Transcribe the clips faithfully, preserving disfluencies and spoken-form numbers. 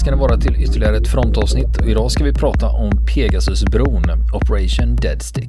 ska det vara till ytterligare ett frontavsnitt och idag ska vi prata om Pegasusbron, Operation Deadstick.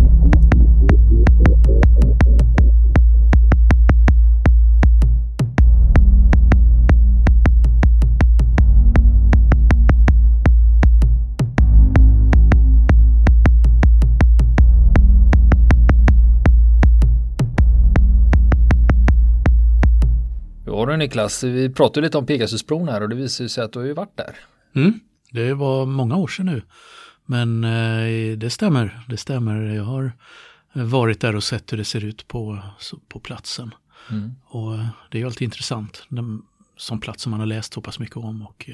Ja du Niklas, vi pratade lite om Pegasusbron här och det visar sig att du har ju varit där. Mm, det var många år sedan nu. Men eh, det stämmer, det stämmer. Jag har varit där och sett hur det ser ut på, på platsen. Mm. Och det är ju alltid intressant. Den, som plats som man har läst så pass mycket om. Och,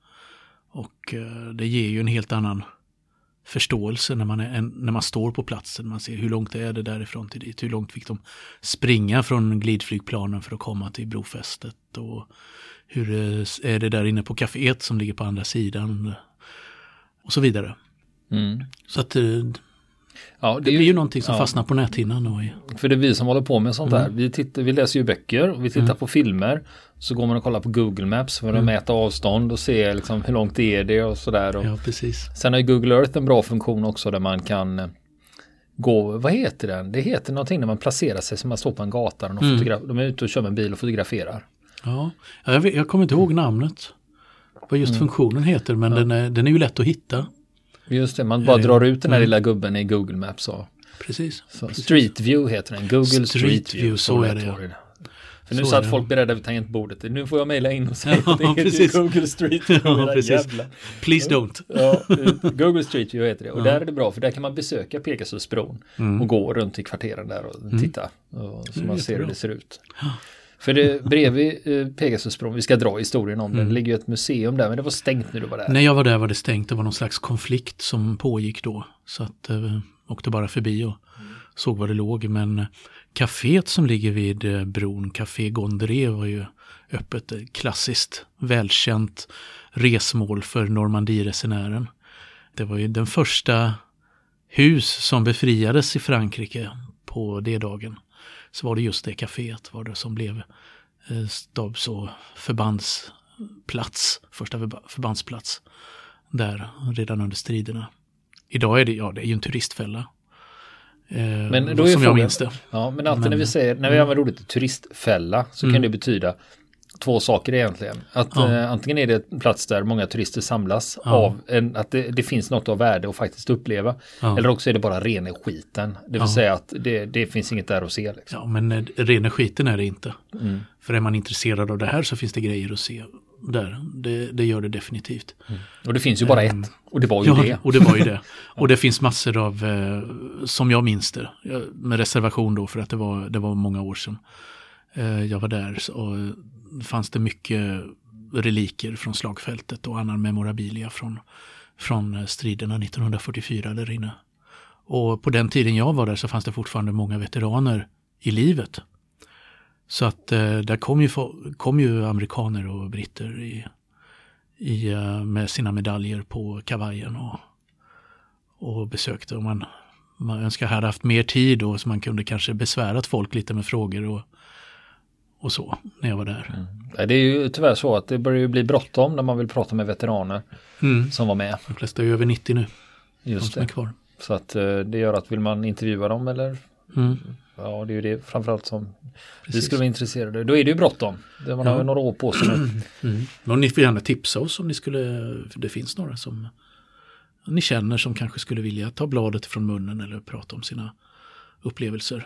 och det ger ju en helt annan förståelse när man, är, när man står på platsen. Man ser hur långt är det därifrån till dit. Hur långt fick de springa från glidflygplanen för att komma till brofästet. Och hur är det där inne på kaféet som ligger på andra sidan. Och så vidare. Mm. Så att ja, det, det blir ju någonting som ja. fastnar på näthinnan. Och för det är vi som håller på med sånt mm. där. Vi, tittar, vi läser ju böcker och vi tittar mm. på filmer. Så går man och kollar på Google Maps för att mm. mäta avstånd och se liksom hur långt är det och sådär. Ja, precis. Sen har ju Google Earth en bra funktion också där man kan gå, vad heter den? Det heter någonting när man placerar sig som man står på en gata och mm. fotograf- de är ute och kör med en bil och fotograferar. Ja, jag, vet, jag kommer inte ihåg namnet. Vad just mm. funktionen heter, men ja. den, är, den är ju lätt att hitta. Just det, man bara drar ut den här mm. lilla gubben i Google Maps. Och, precis, så, precis. Street View heter den, Google Street, Street View. Så, så är det, ja. För nu så att folk beredda vid tangentbordet. Nu får jag mejla in och säga ja, att det heter precis. Google Street View. Ja, precis. Please don't. Ja, Google Street View heter det. Och ja. där är det bra, för där kan man besöka Pegasusbron mm. och gå runt i kvarteren där och mm. titta. Och, så man ser hur det ser ut. För det bredvid eh, Pegasusbron, vi ska dra historien om mm. det, det ligger ju ett museum där, men det var stängt när du var där. När jag var där var det stängt, det var någon slags konflikt som pågick då. Så att eh, åkte bara förbi och mm. såg var det låg. Men kaféet som ligger vid eh, bron, Café Gondré, var ju öppet, klassiskt, välkänt resmål för Normandie-resenären. Det var ju den första hus som befriades i Frankrike på det dagen. Så var det just det kaféet var det som blev eh, stabs- och förbandsplats, första förbandsplats där redan under striderna. Idag är det, ja, det är ju en turistfälla. Eh, men då är som jag minns det. Ja, men alltid men, när vi säger, när vi mm. använder ordet turistfälla så mm. kan det betyda två saker egentligen. Att ja. eh, antingen är det en plats där många turister samlas ja. av en, att det, det finns något av värde att faktiskt uppleva. Ja. Eller också är det bara ren skiten. Det vill ja. säga att det, det finns inget där att se. Liksom. Ja, men ren skiten är det inte. Mm. För är man intresserad av det här så finns det grejer att se där. Det, det gör det definitivt. Mm. Och det finns ju bara um, ett. Och det var ju ja, det. och det var ju det. Och det finns massor av, eh, som jag minns det, med reservation då för att det var, det var många år sedan. Eh, jag var där och fanns det mycket reliker från slagfältet och annan memorabilia från, från striderna nittonhundrafyrtiofyra där inne. Och på den tiden jag var där så fanns det fortfarande många veteraner i livet. Så att eh, där kom ju, kom ju amerikaner och britter i, i, med sina medaljer på kavajen och, och besökte. Och man, man önskar hade haft mer tid då så man kunde kanske besvärat folk lite med frågor och och så, när jag var där. Mm. Det är ju tyvärr så att det börjar bli bråttom när man vill prata med veteraner mm. som var med. De flesta är över nittio nu. Just de det. Är kvar. Så att det gör att vill man intervjua dem eller mm. ja, det är ju det framförallt som Precis. vi skulle vara intresserade. Då är det ju bråttom. Det man ja. har några år på sig nu. Mm. Men ni får gärna tipsa oss om ni skulle, för det finns några som ni känner som kanske skulle vilja ta bladet från munnen eller prata om sina upplevelser.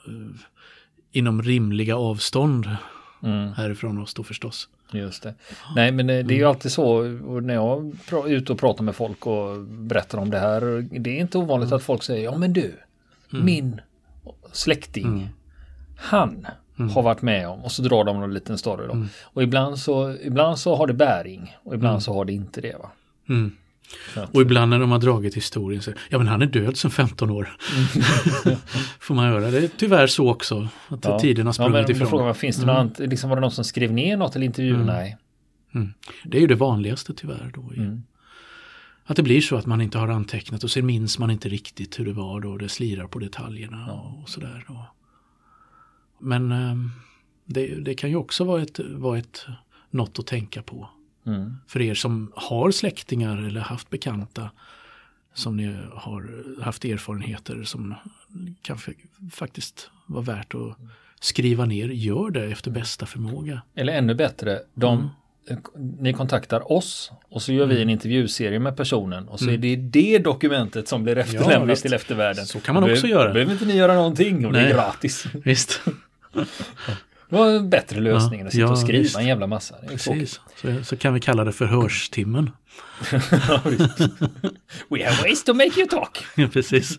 Inom rimliga avstånd mm. härifrån oss då förstås. Just det. Nej, men det är ju alltid så och när jag är ute och pratar med folk och berättar om det här. Det är inte ovanligt mm. att folk säger, ja men du, mm. min släkting, mm. han mm. har varit med om och så drar de en liten story då. Mm. Och ibland så, ibland så har det bäring och ibland mm. så har det inte det va. Mm. Och ibland när de har dragit historien så, ja men han är död sedan femton år. Mm. Får man göra. Det är tyvärr så också. Att ja. tiden har sprungit ja, men, ifrån. Frågar man, finns det mm. något, liksom var det någon som skrev ner något eller intervju? Mm. Nej. Mm. Det är ju det vanligaste tyvärr då. Mm. Att det blir så att man inte har antecknat och sen minns man inte riktigt hur det var då. Det slirar på detaljerna ja. och sådär. Då. Men det, det kan ju också vara ett, vara ett något att tänka på. Mm. För er som har släktingar eller haft bekanta som ni har haft erfarenheter som kan faktiskt vara värt att skriva ner, gör det efter bästa förmåga. Eller ännu bättre, de, mm. ni kontaktar oss och så gör vi en intervjuserie med personen och så mm. är det det dokumentet som blir efterlämnat ja, till eftervärlden. Så kan man också Be- göra. Då behöver inte ni göra någonting och Nej. det är gratis. Visst. Det var en bättre lösning än att sitta ja, och skriva visst. en jävla massa. Precis. Så, så kan vi kalla det förhörstimmen. We have ways to make you talk. Ja, precis.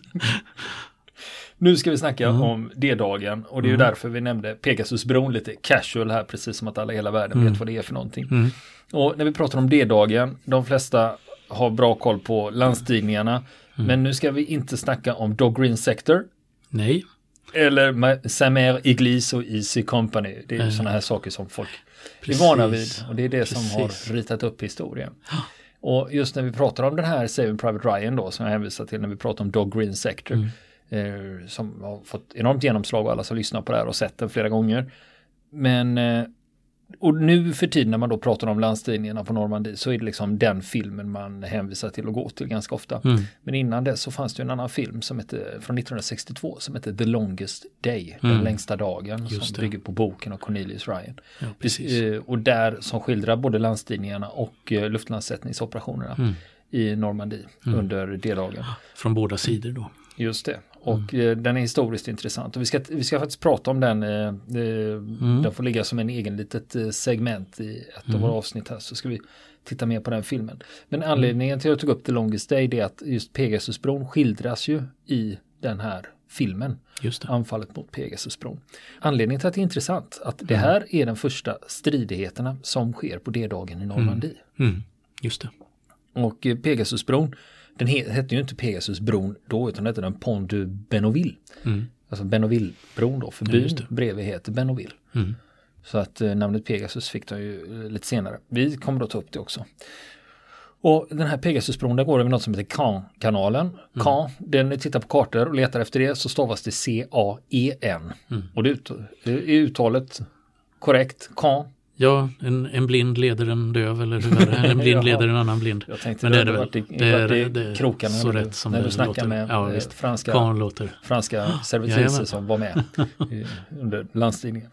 Nu ska vi snacka mm. om D-dagen och det är ju mm. därför vi nämnde Pegasusbron lite casual här, precis som att alla i hela världen mm. vet vad det är för någonting. Mm. Och när vi pratar om D-dagen, de flesta har bra koll på landstigningarna, mm. men nu ska vi inte snacka om Dog Green Sector. Nej. Eller Samer Église och Easy Company. Det är ju mm. sådana här saker som folk Precis. är vana vid. Och det är det Precis. som har ritat upp historien. Och just när vi pratar om den här Saving Private Ryan då, som jag hänvisar till när vi pratar om Dog Green Sector, mm. eh, som har fått enormt genomslag och alla som lyssnar på det här och sett den flera gånger. Men eh, och nu för tiden när man då pratar om landstigningarna på Normandie så är det liksom den filmen man hänvisar till och går till ganska ofta. Mm. Men innan det så fanns det en annan film som hette, från nittonhundrasextiotvå som heter The Longest Day, mm. den längsta dagen, Just som det. bygger på boken av Cornelius Ryan. Ja, precis. Och där som skildrar både landstigningarna och luftlandsättningsoperationerna mm. i Normandie mm. under D-dagen. Från båda sidor då. Just det. Och mm. den är historiskt intressant. Och vi ska, vi ska faktiskt prata om den. Eh, mm. Den får ligga som en egen litet segment i ett mm. av våra avsnitt här. Så ska vi titta mer på den filmen. Men anledningen till att jag tog upp The Longest Day är att just Pegasusbron skildras ju i den här filmen. Just det. Anfallet mot Pegasusbron. Anledningen till att det är intressant att det här är den första stridigheterna som sker på D-dagen i Normandie. Mm. Mm. Just det. Och Pegasusbron, den hette ju inte Pegasusbron då utan det hette den Pont de Bénouville. Mm. Alltså Bénouvillebron då, för byn ja, bredvid heter Bénouville. Mm. Så att eh, namnet Pegasus fick de ju eh, lite senare. Vi kommer då ta upp det också. Och den här Pegasusbron, där går över något som heter Caen-kanalen. Mm. Caen, den ni tittar på kartor och letar efter det så stavas det C A E N. Mm. Och det är uttalet korrekt, Caen. Ja, en, en blind leder en döv eller hur är det? En blind leder en annan blind. Jag tänkte men det är det väl. Det, det är det, det krokarna så rätt som när du snackar låter. med ja, visst, franska, franska servitriser som var med under landstigningen.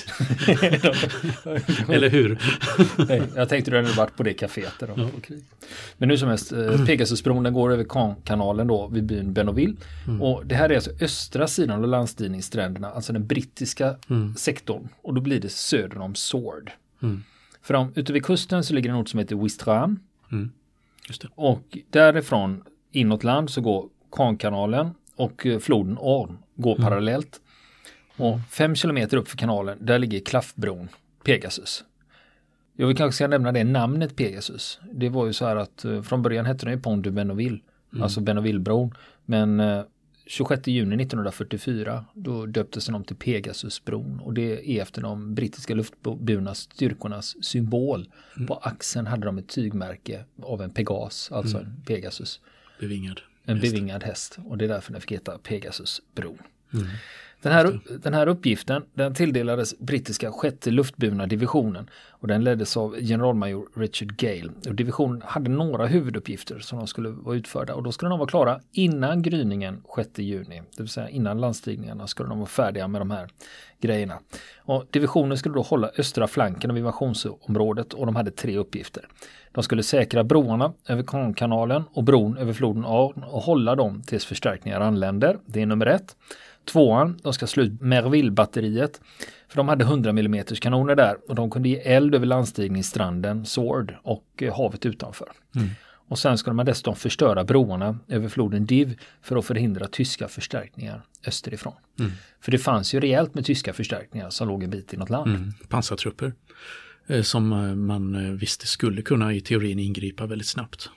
Eller hur? Nej, jag tänkte du hade varit på det kaféet där. Ja. Men nu som helst, Pegasusbron den går över Caen-kanalen då vid byn Bénouville. Mm. Och det här är alltså östra sidan av landstigningsstränderna, alltså den brittiska mm. sektorn. Och då blir det söder om Sword. Mm. För om, ute vid kusten så ligger en ort som heter Ouistreham. Mm. Just det. Och därifrån inåt land så går Caen-kanalen och floden Orne går mm. parallellt. Och fem kilometer upp för kanalen där ligger klaffbron Pegasus. Jag vill kanske ska nämna det namnet Pegasus. Det var ju så här att från början hette den ju Pont de Bénouville. Mm. Alltså Bénouvillebron. Men tjugosjätte juni nittonhundrafyrtiofyra då döptes den om till Pegasusbron och det är efter de brittiska luftburna styrkornas symbol. Mm. På axeln hade de ett tygmärke av en Pegas, alltså mm. en Pegasus. Bevingad. En häst. bevingad häst och det är därför den fick heta Pegasusbron. Mm. Den här, den här uppgiften den tilldelades brittiska sjätte luftburna divisionen och den leddes av generalmajor Richard Gale. Och divisionen hade några huvuduppgifter som de skulle vara utförda och då skulle de vara klara innan gryningen sjätte juni. Det vill säga innan landstigningarna skulle de vara färdiga med de här grejerna. Och divisionen skulle då hålla östra flanken av invasionsområdet och de hade tre uppgifter. De skulle säkra broarna över Caen-kanalen och bron över floden Orne och hålla dem tills förstärkningar anländer. Det är nummer ett. Tvåan, de ska slå ut Merville-batteriet för de hade hundra millimeter kanoner där och de kunde ge eld över landstigningsstranden Sword och eh, havet utanför. Mm. Och sen ska man dessutom förstöra broarna över floden Div för att förhindra tyska förstärkningar österifrån. Mm. För det fanns ju rejält med tyska förstärkningar som låg en bit i något land. Mm. Pansartrupper eh, som man eh, visste skulle kunna i teorin ingripa väldigt snabbt.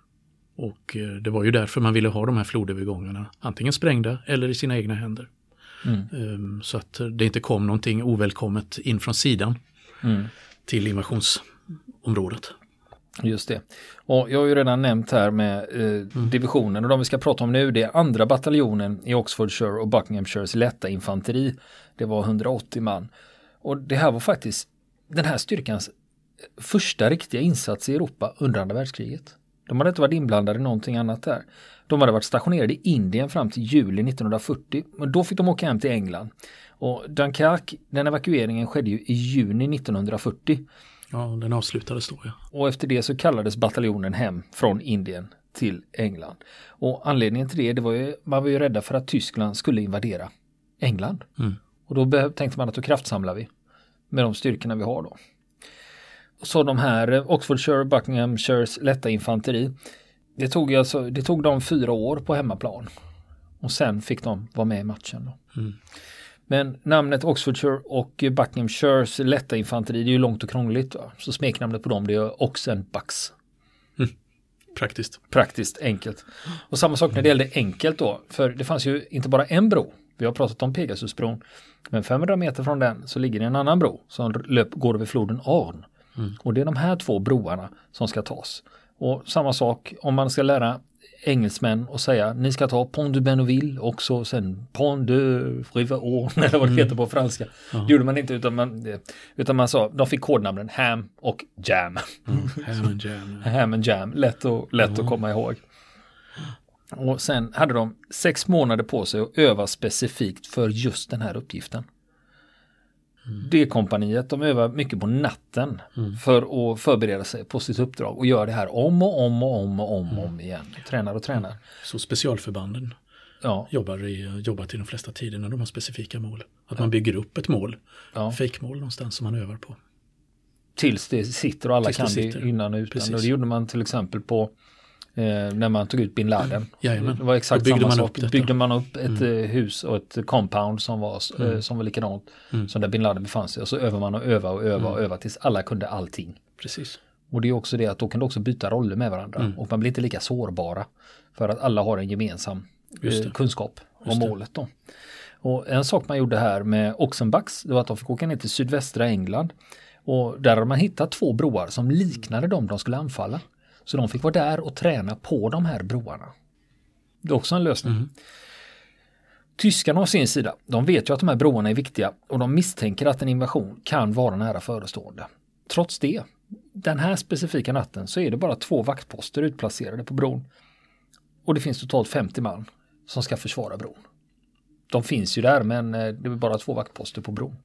Och det var ju därför man ville ha de här flodövergångarna antingen sprängda eller i sina egna händer. Mm. Så att det inte kom någonting ovälkommet in från sidan mm. till invasionsområdet. Just det. Och jag har ju redan nämnt här med eh, mm. divisionen och de vi ska prata om nu det är andra bataljonen i Oxfordshire och Buckinghamshires lätta infanteri. Det var hundraåttio man. Och det här var faktiskt den här styrkans första riktiga insats i Europa under andra världskriget. De hade inte varit inblandade i någonting annat där. De hade varit stationerade i Indien fram till juli nittonhundrafyrtio. Men då fick de åka hem till England. Och Dunkirk, den evakueringen skedde ju i juni nittonhundrafyrtio. Ja, den avslutades då, ja. Och efter det så kallades bataljonen hem från Indien till England. Och anledningen till det, det var ju, man var ju rädda för att Tyskland skulle invadera England. Mm. Och då behöv, tänkte man att då kraftsamlar vi med de styrkorna vi har då. Så de här Oxfordshire, Buckinghamshires lätta infanteri, det tog, alltså, det tog dem fyra år på hemmaplan. Och sen fick de vara med i matchen då. Mm. Men namnet Oxfordshire och Buckinghamshires lätta infanteri, det är ju långt och krångligt. Va? Så smeknamnet på dem, det är Ox and Bucks. Mm. Praktiskt. Praktiskt, enkelt. Och samma sak när det gällde enkelt då. För det fanns ju inte bara en bro. Vi har pratat om Pegasusbron. Men femhundra meter från den så ligger det en annan bro som löp, går över floden Arn. Mm. Och det är de här två broarna som ska tas. Och samma sak om man ska lära engelsmän och säga ni ska ta Pont du Benouville och så sen Pont de River Arn eller vad det heter på franska. Mm. Det gjorde man inte utan man, utan man sa de fick kodnamnen Ham och Jam. Mm. Ham and Jam. Ja. Ham and Jam, lätt, och, lätt mm. att komma ihåg. Och sen hade de sex månader på sig att öva specifikt för just den här uppgiften. Mm. Det kompaniet, de övar mycket på natten mm. för att förbereda sig på sitt uppdrag och gör det här om och om och om och om, mm. om igen. Tränar och tränar. Så specialförbanden ja. jobbar, i, jobbar till de flesta tider när de har specifika mål. Att ja. man bygger upp ett mål, ja. fake-mål någonstans som man övar på. Tills det sitter och alla Tills kan det, det innan och utan. Och det gjorde man till exempel på Eh, när man tog ut bin Laden. Jajamän. Det var exakt samma sak. Upp byggde man upp ett mm. hus och ett compound som var, mm. eh, som var likadant mm. som där bin Laden befann sig. Och så övar man och öva och öva mm. och öva tills alla kunde allting. Precis. Och det är också det att då kan du också byta roller med varandra. Mm. Och man blir inte lika sårbara för att alla har en gemensam eh, kunskap om målet då. Och en sak man gjorde här med Oxenbucks, det var att de fick åka ner till sydvästra England. Och där har man hittat två broar som liknade dem de skulle anfalla. Så de fick vara där och träna på de här broarna. Det är också en lösning. Mm. Tyskarna å sin sida, de vet ju att de här broarna är viktiga och de misstänker att en invasion kan vara nära förestående. Trots det, den här specifika natten så är det bara två vaktposter utplacerade på bron. Och det finns totalt femtio man som ska försvara bron. De finns ju där men det är bara två vaktposter på bron.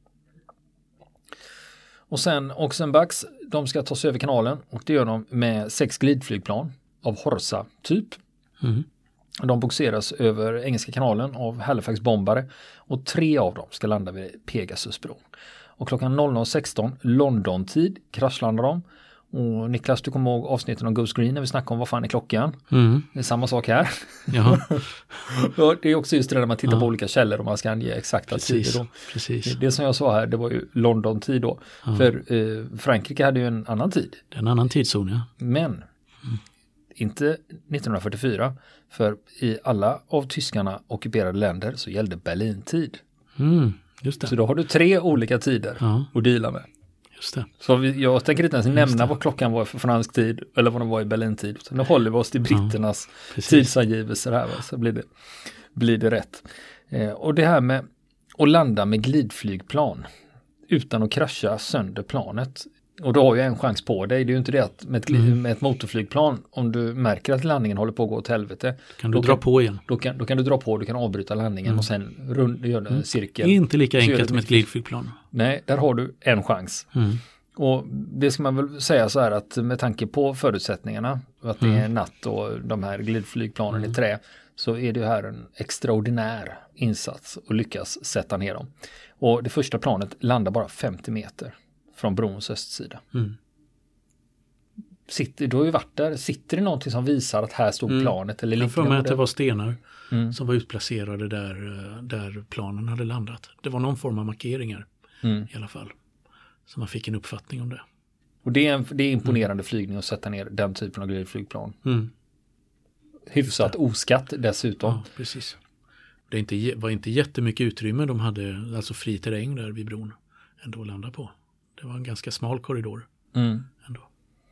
Och sen Oxenbucks, de ska ta sig över kanalen och det gör de med sex glidflygplan av Horsa-typ. Mm. De boxeras över Engelska kanalen av Halifax-bombare och tre av dem ska landa vid Pegasusbron. Och klockan noll noll sexton London-tid kraschlandar de. Och Niklas, du kommer ihåg avsnitten om Ghost Green när vi snackade om vad fan är klockan. Mm. Det är samma sak här. Ja. Och det är också just det när man tittar ja. på olika källor och man ska ange exakta precis, tider. Då. Precis. Det som jag sa här, det var ju London-tid då. Ja. För eh, Frankrike hade ju en annan tid. Det är en annan tidszon, ja. Men mm. inte nittonhundrafyrtiofyra. För i alla av tyskarna ockuperade länder så gällde Berlin-tid. Mm, just det. Så då har du tre olika tider ja. att deala med. Just det. Så vi, jag tänker inte ens nämna vad klockan var för fransk tid eller vad den var i Berlin-tid. Så nu håller vi oss till britternas ja, tidsangivelser här. Va? Så blir det, blir det rätt. Eh, och det här med att landa med glidflygplan utan att krascha sönder planet. Och då har ju en chans på dig. Det är ju inte det att med ett, mm. med ett motorflygplan, om du märker att landningen håller på att gå åt helvete. Kan du dra kan, på igen. Då kan, då kan du dra på, du kan avbryta landningen mm. och sen rund, gör en cirkel. Det är inte lika enkelt med ett glidflygplan. Nej, där har du en chans. Mm. Och det ska man väl säga så här att med tanke på förutsättningarna, att det är mm. natt och de här glidflygplanen mm. i trä, så är det här en extraordinär insats att lyckas sätta ner dem. Och det första planet landar bara femtio meter från brons östsida. Mm. Sitter, du har ju varit där. Sitter det någonting som visar att här stod mm. planet? Eller jag får med att det var stenar mm. som var utplacerade där, där planen hade landat. Det var någon form av markeringar mm. i alla fall. Så man fick en uppfattning om det. Och det är, en, det är imponerande mm. flygning att sätta ner den typen av glidflygplan. Mm. Hyfsat oskatt dessutom. Ja, precis. Det inte, var inte jättemycket utrymme de hade, alltså fri terräng där vid bron ändå att landa på. Det var en ganska smal korridor mm. ändå.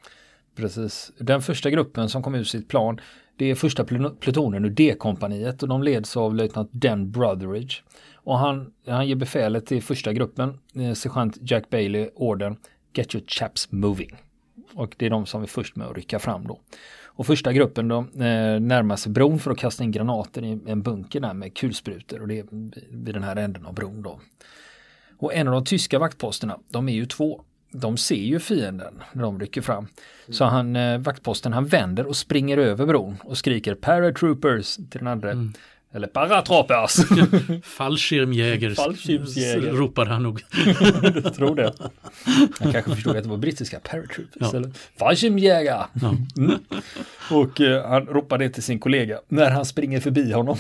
Precis. Den första gruppen som kom ut sitt plan, det är första plutonen ur D-kompaniet och de leds av löjtnant Dan Brotheridge. Och han, han ger befälet till första gruppen, eh, sergeant Jack Bailey, orden Get your chaps moving. Och det är de som är först med att rycka fram då. Och första gruppen då eh, närmar sig bron för att kasta in granater i en bunker där med kulsprutor. Och det är vid den här änden av bron då. Och en av de tyska vaktposterna, de är ju två. De ser ju fienden när de rycker fram. Mm. Så han, eh, vaktposten han vänder och springer över bron och skriker paratroopers till den andra. Mm. Eller paratroopers. Fallskirmjäger. Fallskirmjäger. Ropar han nog. Jag tror det. Han kanske förstod att det var brittiska paratroopers. Ja. Eller fallskirmjäger. Ja. Mm. Och eh, han ropar det till sin kollega när han springer förbi honom.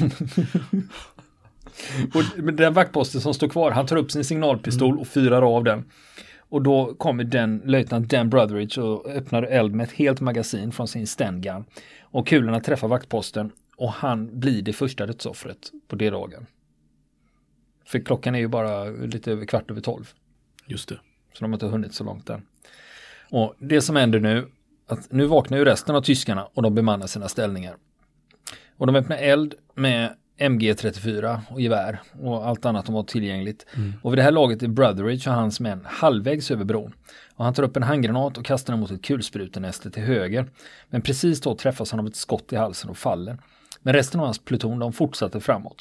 Och den vaktposten som står kvar, han tar upp sin signalpistol mm. och fyrar av den. Och då kommer den löjtnant Dan Brotheridge och öppnar eld med ett helt magasin från sin Sten gun. Och kulorna träffar vaktposten och han blir det första dödsoffret på det dagen. För klockan är ju bara lite över kvart över tolv. Just det. Så de har inte hunnit så långt än. Och det som händer nu, att nu vaknar ju resten av tyskarna och de bemannar sina ställningar. Och de öppnar eld med M G trettiofyra och gevär och allt annat de har tillgängligt. Mm. Och vid det här laget är Brotheridge och hans män halvvägs över bron. Och han tar upp en handgranat och kastar den mot ett kulsprutenäste till höger. Men precis då träffas han av ett skott i halsen och faller. Men resten av hans pluton, de fortsatte framåt.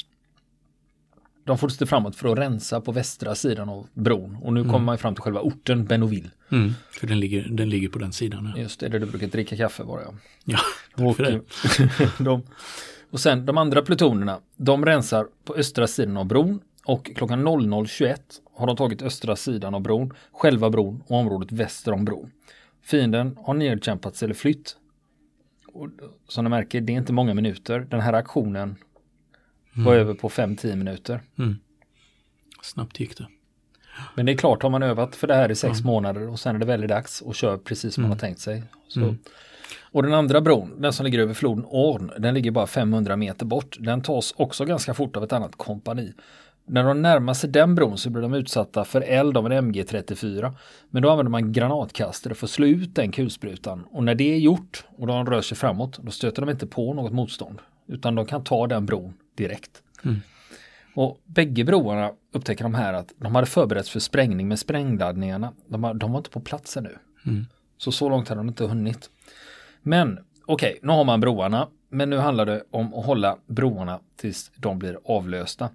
De fortsatte framåt för att rensa på västra sidan av bron. Och nu mm. kommer man fram till själva orten Bennoville. Mm, för den ligger, den ligger på den sidan. Ja. Just det, där du brukar dricka kaffe var det. Ja, tack och, för det. de, och sen de andra plutonerna, de rensar på östra sidan av bron. Och klockan noll noll tjugoett har de tagit östra sidan av bron, själva bron och området väster om bron. Fienden har nedkämpats eller flytt. Och som ni märker, det är inte många minuter. Den här aktionen var mm. över på fem till tio minuter. Mm. Snabbt gick det. Men det är klart, har man övat för det här i sex mm. månader och sen är det väldigt dags att köra precis som mm. man har tänkt sig. Så. Mm. Och den andra bron, den som ligger över floden Orn, den ligger bara femhundra meter bort. Den tas också ganska fort av ett annat kompani. När de närmar sig den bron så blir de utsatta för eld av en M G trettiofyra. Men då använder man granatkastare för att slå ut den kulsprutan. Och när det är gjort och de rör sig framåt, då stöter de inte på något motstånd. Utan de kan ta den bron direkt. Mm. Och bägge broarna upptäcker de här att de hade förberetts för sprängning med sprängladdningarna. De, har, de var inte på plats ännu. Mm. Så så långt hade de inte hunnit. Men okej, okay, nu har man broarna. Men nu handlar det om att hålla broarna tills de blir avlösta.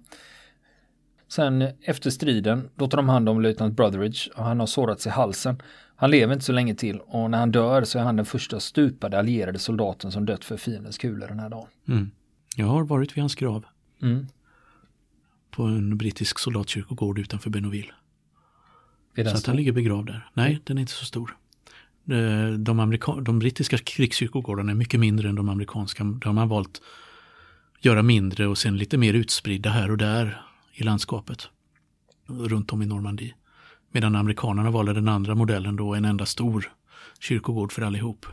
Sen efter striden, då tar de hand om löjtnant Brotheridge och han har sårats i halsen. Han lever inte så länge till och när han dör så är han den första stupade allierade soldaten som dött för fiendens kulor den här dagen. Mm. Jag har varit vid hans grav. Mm. På en brittisk soldatkyrkogård utanför Bennoville. Är den så att han ligger begravd där. Nej, den är inte så stor. De, amerika- de brittiska krigskyrkogårdarna är mycket mindre än de amerikanska. De har valt att göra mindre och sen lite mer utspridda här och där i landskapet runt om i Normandie. Medan amerikanerna valde den andra modellen då, en enda stor kyrkogård för allihop.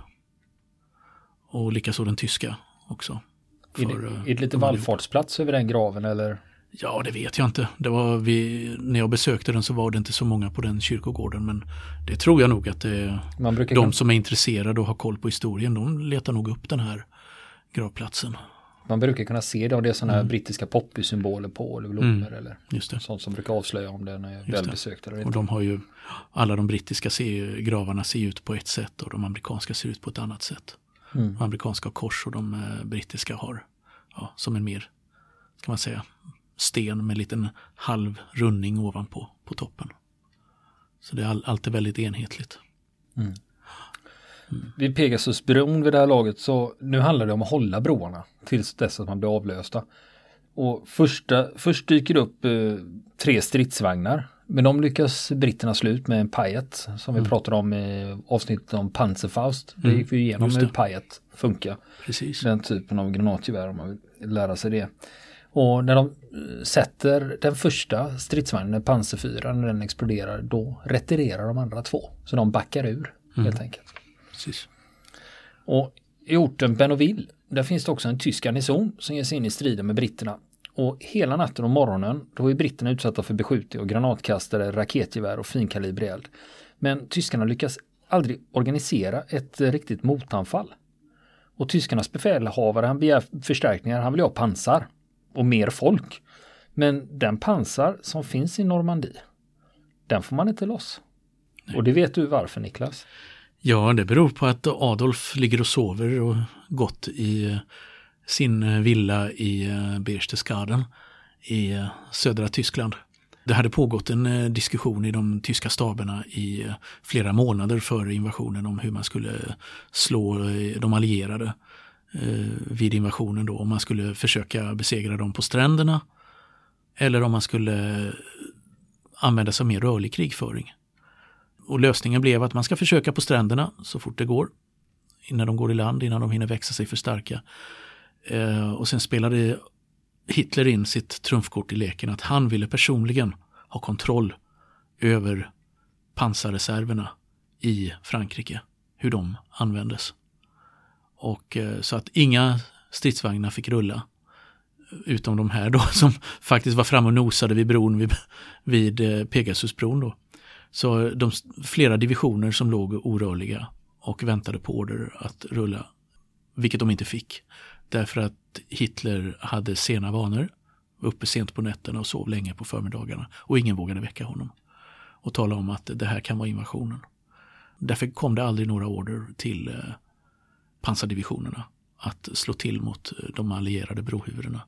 Och likaså den tyska också. För, är, det, är det lite vallfartsplats över den graven eller? Ja, det vet jag inte. Det var vi, när jag besökte den så var det inte så många på den kyrkogården. Men det tror jag nog att det, Man de kan... som är intresserade och har koll på historien, de letar nog upp den här gravplatsen. Man brukar kunna se det om det är sådana här mm. brittiska poppysymboler på eller blommor mm. eller Just det. Sånt som brukar avslöja om den är välbesökt eller inte. Och de har ju, alla de brittiska ser, gravarna ser ut på ett sätt och de amerikanska ser ut på ett annat sätt. Mm. De amerikanska har kors och de eh, brittiska har ja, som en mer, ska man säga, sten med en liten halv rundning ovanpå på toppen. Så det är all, alltid väldigt enhetligt. Mm. Mm. Vid Pegasusbron vid det här laget så nu handlar det om att hålla broarna tills dess att man blir avlösta. Och första, först dyker det upp eh, tre stridsvagnar. Men de lyckas britterna slut med en pajet som mm. vi pratade om i avsnittet om Panzerfaust. Mm. Det gick vi igenom hur pajet funkar. Precis. Den typen av granatgevär om man vill lära sig det. Och när de sätter den första stridsvagnen, Panzer fyra, när den exploderar, då retirerar de andra två. Så de backar ur mm. helt enkelt. Precis. Och i orten Bennoville, där finns det också en tysk garnison som ger sig in i striden med britterna. Och hela natten och morgonen, då är britterna utsatta för beskjutning och granatkastare, raketgevär och finkalibrig eld. Men tyskarna lyckas aldrig organisera ett riktigt motanfall. Och tyskarnas befälhavare, han begär förstärkningar, han vill ha pansar och mer folk. Men den pansar som finns i Normandie, den får man inte loss. Nej. Och det vet du varför, Niklas? Ja, det beror på att Adolf ligger och sover och gott i sin villa i Berchtesgaden i södra Tyskland. Det hade pågått en diskussion i de tyska staberna i flera månader före invasionen om hur man skulle slå de allierade vid invasionen då. Om man skulle försöka besegra dem på stränderna eller om man skulle använda sig av mer rörlig krigföring. Och lösningen blev att man ska försöka på stränderna så fort det går. Innan de går i land, innan de hinner växa sig för starka. Eh, och sen spelade Hitler in sitt trumfkort i leken att han ville personligen ha kontroll över pansarreserverna i Frankrike. Hur de användes. Och eh, så att inga stridsvagnar fick rulla. Utom de här då som faktiskt var fram och nosade vid bron, vid, vid eh, Pegasusbron då. Så de flera divisioner som låg orörliga och väntade på order att rulla, vilket de inte fick. Därför att Hitler hade sena vanor, var uppe sent på nätterna och sov länge på förmiddagarna. Och ingen vågade väcka honom och tala om att det här kan vara invasionen. Därför kom det aldrig några order till eh, pansardivisionerna att slå till mot de allierade brohuvudena.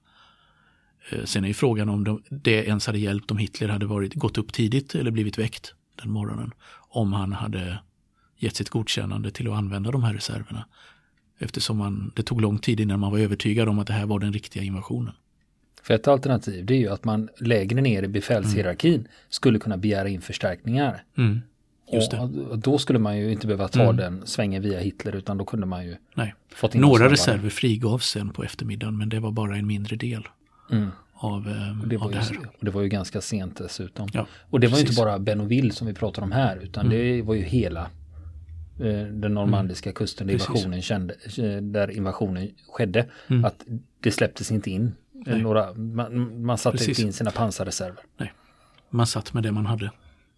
Eh, sen är ju frågan om de, det ens hade hjälpt om Hitler hade varit, gått upp tidigt eller blivit väckt den morgonen. Om han hade gett sitt godkännande till att använda de här reserverna. Eftersom man, det tog lång tid innan man var övertygad om att det här var den riktiga invasionen. För ett alternativ det är ju att man lägre ner i befälshierarkin mm. skulle kunna begära in förstärkningar. Mm. Just det. Och då skulle man ju inte behöva ta mm. den svängen via Hitler utan då kunde man ju Nej. fått in några reserver frigavs sen på eftermiddagen men det var bara en mindre del. Mm. Av, eh, och det, var av det här. Ju, och det var ju ganska sent dessutom. Ja, och det var ju precis. inte bara Bennoville som vi pratar om här utan mm. det var ju hela eh, den normandiska mm. kusten där invasionen, kände, där invasionen skedde. Mm. Att det släpptes inte in. Några, man, man satte precis. inte in sina pansarreserver. Nej, man satt med det man hade.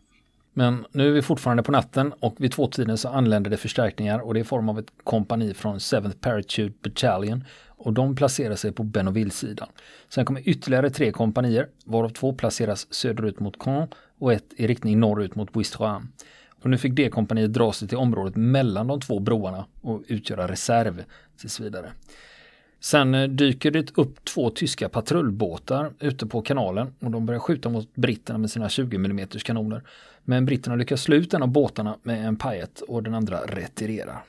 Men nu är vi fortfarande på natten och vid tvåtiden så anländer det förstärkningar och det är i form av ett kompani från seventh Parachute Battalion och de placerar sig på Bennoville-sidan. Sen kommer ytterligare tre kompanier varav två placeras söderut mot Caen och ett i riktning norrut mot Ouistreham. Och nu fick det kompaniet dra sig till området mellan de två broarna och utgöra reserv tills vidare. Sen dyker det upp två tyska patrullbåtar ute på kanalen och de börjar skjuta mot britterna med sina tjugo millimeter kanoner. Men britterna lyckas slå ut en av båtarna med en pajet och den andra retirerar.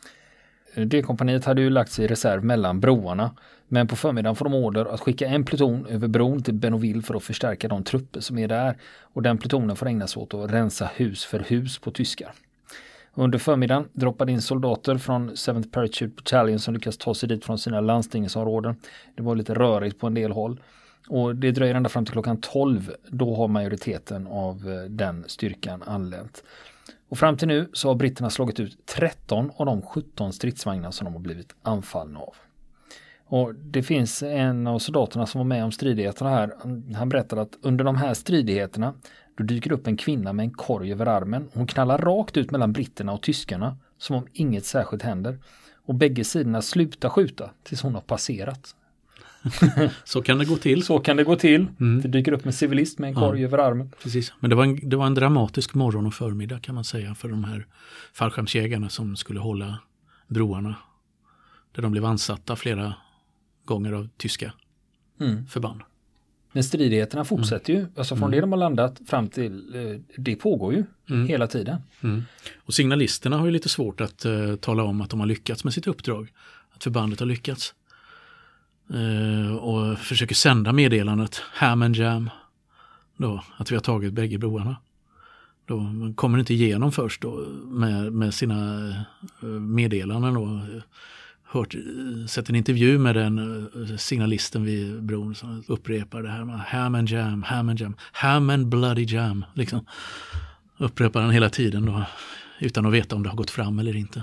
Det kompaniet hade ju lagt sig i reserv mellan broarna men på förmiddagen får de order att skicka en pluton över bron till Bennoville för att förstärka de trupper som är där och den plutonen får ägna sig åt att rensa hus för hus på tyskar. Under förmiddagen droppade in soldater från seventh Parachute Battalion som lyckas ta sig dit från sina landstingsområden. Det var lite rörigt på en del håll. Och det dröjer ända fram till klockan tolv. Då har majoriteten av den styrkan anlänt. Och fram till nu så har britterna slagit ut tretton av de sjutton stridsvagnar som de har blivit anfallna av. Och det finns en av soldaterna som var med om stridigheterna här. Han berättade att under de här stridigheterna då dyker upp en kvinna med en korg över armen. Hon knallar rakt ut mellan britterna och tyskarna som om inget särskilt händer. Och bägge sidorna slutar skjuta tills hon har passerat. Så kan det gå till. Så kan det gå till. Mm. Det dyker upp en civilist med en korg ja, över armen. Precis. Men det var, en, det var en dramatisk morgon och förmiddag kan man säga för de här fallskärmsjägarna som skulle hålla broarna. Där de blev ansatta flera gånger av tyska mm. förband. Men stridigheterna fortsätter mm. ju. Alltså från mm. det de har landat fram till, eh, det pågår ju mm. hela tiden. Mm. Och signalisterna har ju lite svårt att uh, tala om att de har lyckats med sitt uppdrag. Att förbandet har lyckats. Uh, och försöker sända meddelandet Ham and Jam. Då, att vi har tagit bägge broarna. Då kommer det inte igenom först då, med, med sina uh, meddelanden då. Hört, sett en intervju med den signalisten vid bron som upprepar det här med ham and jam, ham and jam, ham and bloody jam liksom. Upprepar den hela tiden då, utan att veta om det har gått fram eller inte.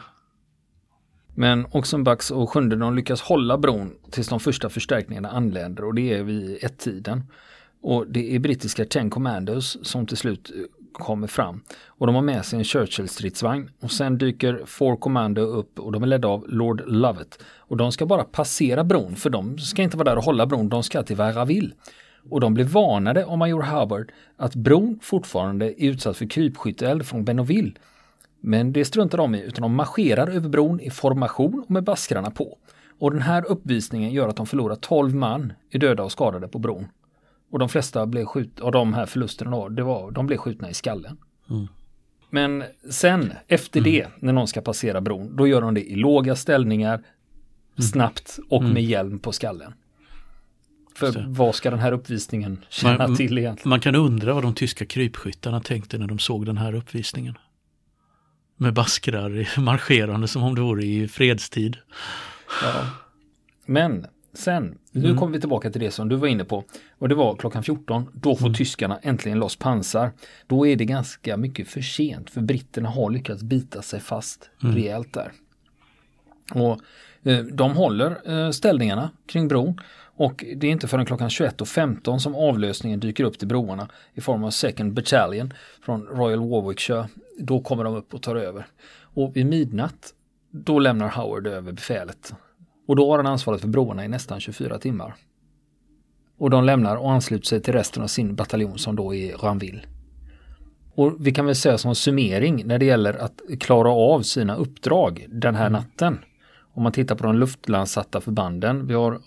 Men Ochsenbachs och sjunde de lyckas hålla bron tills de första förstärkningarna anländer och det är vid ett-tiden. Och det är brittiska Ten Commandos som till slut kommer fram. Och de har med sig en Churchill-stridsvagn. Och sen dyker Four Commando upp och de är ledda av Lord Lovett. Och de ska bara passera bron för de ska inte vara där och hålla bron. De ska till Varaville. Och de blev varnade av major Hubbard att bron fortfarande är utsatt för krypskytteeld från Bennoville. Men det struntar de i, utan de marscherar över bron i formation och med baskrarna på. Och den här uppvisningen gör att de förlorar tolv man i döda och skadade på bron. Och de flesta blev skjutna, och de här förlusterna då, det var, de blev skjutna i skallen. Mm. Men sen, efter mm. det, när någon ska passera bron, då gör de det i låga ställningar, mm. snabbt och mm. med hjälm på skallen. För vad ska den här uppvisningen känna man, till egentligen? Man kan undra vad de tyska krypskyttarna tänkte när de såg den här uppvisningen. Med baskrar marscherande som om det vore i fredstid. Ja. Men sen, nu mm. kommer vi tillbaka till det som du var inne på. Och det var klockan fjorton, då får mm. tyskarna äntligen loss pansar. Då är det ganska mycket för sent, för britterna har lyckats bita sig fast mm. rejält där. Och eh, de håller eh, ställningarna kring bron. Och det är inte förrän klockan tjugoett och femton som avlösningen dyker upp till broarna i form av second Battalion från Royal Warwickshire. Då kommer de upp och tar över. Och vid midnatt, då lämnar Howard över befälet. Och då har han ansvaret för broarna i nästan tjugofyra timmar. Och de lämnar och ansluter sig till resten av sin bataljon som då är Ranville. Och vi kan väl säga som summering när det gäller att klara av sina uppdrag den här natten. Om man tittar på de luftlandsatta förbanden, vi har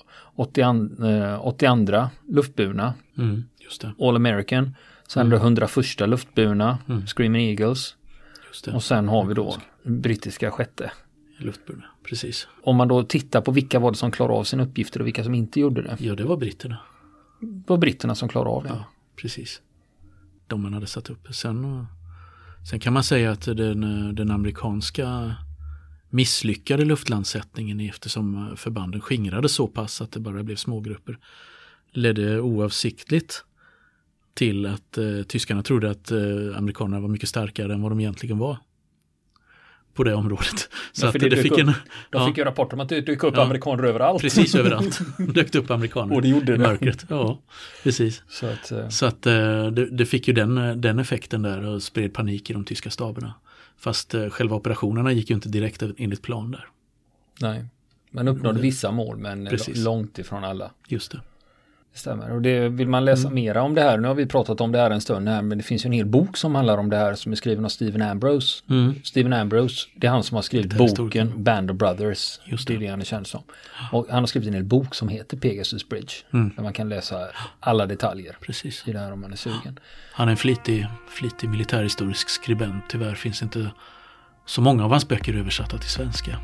åttiotvå luftburna, mm, just det. All American, sen mm. är det hundraförsta luftburna, mm. Screaming Eagles, just det. Och sen har vi då brittiska sjätte. Luftburna, precis. Om man då tittar på vilka var det som klarade av sina uppgifter och vilka som inte gjorde det. Ja, det var britterna. Det var britterna som klarade av det. Ja, precis. De man hade satt upp. Sen, sen kan man säga att den, den amerikanska misslyckade luftlandsättningen, eftersom förbanden skingrade så pass att det bara blev smågrupper, ledde oavsiktligt till att eh, tyskarna trodde att eh, amerikanerna var mycket starkare än vad de egentligen var på det området. Så ja, att det det fick upp, en, de ja, fick ju rapporter om att det dök upp ja, amerikaner överallt. Precis överallt. Dök upp amerikaner och det gjorde i mörkret. Ja, precis. Så att, uh... så att uh, det, det fick ju den, den effekten där och spred panik i de tyska staberna. Fast uh, själva operationerna gick ju inte direkt enligt plan där. Nej, man uppnådde vissa mål men precis. Långt ifrån alla. Just det. Det stämmer. Och det, vill man läsa mm. mera om det här, nu har vi pratat om det här en stund här, men det finns ju en hel bok som handlar om det här som är skriven av Stephen Ambrose. Mm. Stephen Ambrose, det är han som har skrivit boken historien. Band of Brothers. Just det. Det är det han är känd som. Och han har skrivit en hel bok som heter Pegasus Bridge. Mm. Där man kan läsa alla detaljer. Precis. I det här om man är sugen. Han är en flitig, flitig militärhistorisk skribent. Tyvärr finns inte så många av hans böcker översatta till svenska.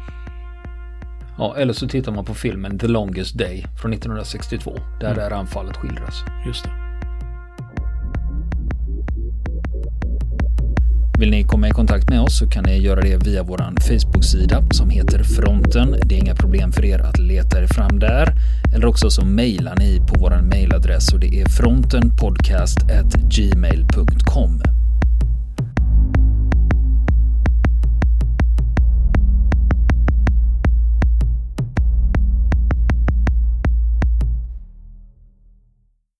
Ja, eller så tittar man på filmen The Longest Day från nittonhundrasextiotvå där mm. det här anfallet skildras. Just det. Vill ni komma i kontakt med oss så kan ni göra det via vår Facebook-sida som heter Fronten. Det är inga problem för er att leta er fram där. Eller också så mejlar ni på vår mejladress och det är frontenpodcast at gmail punkt com.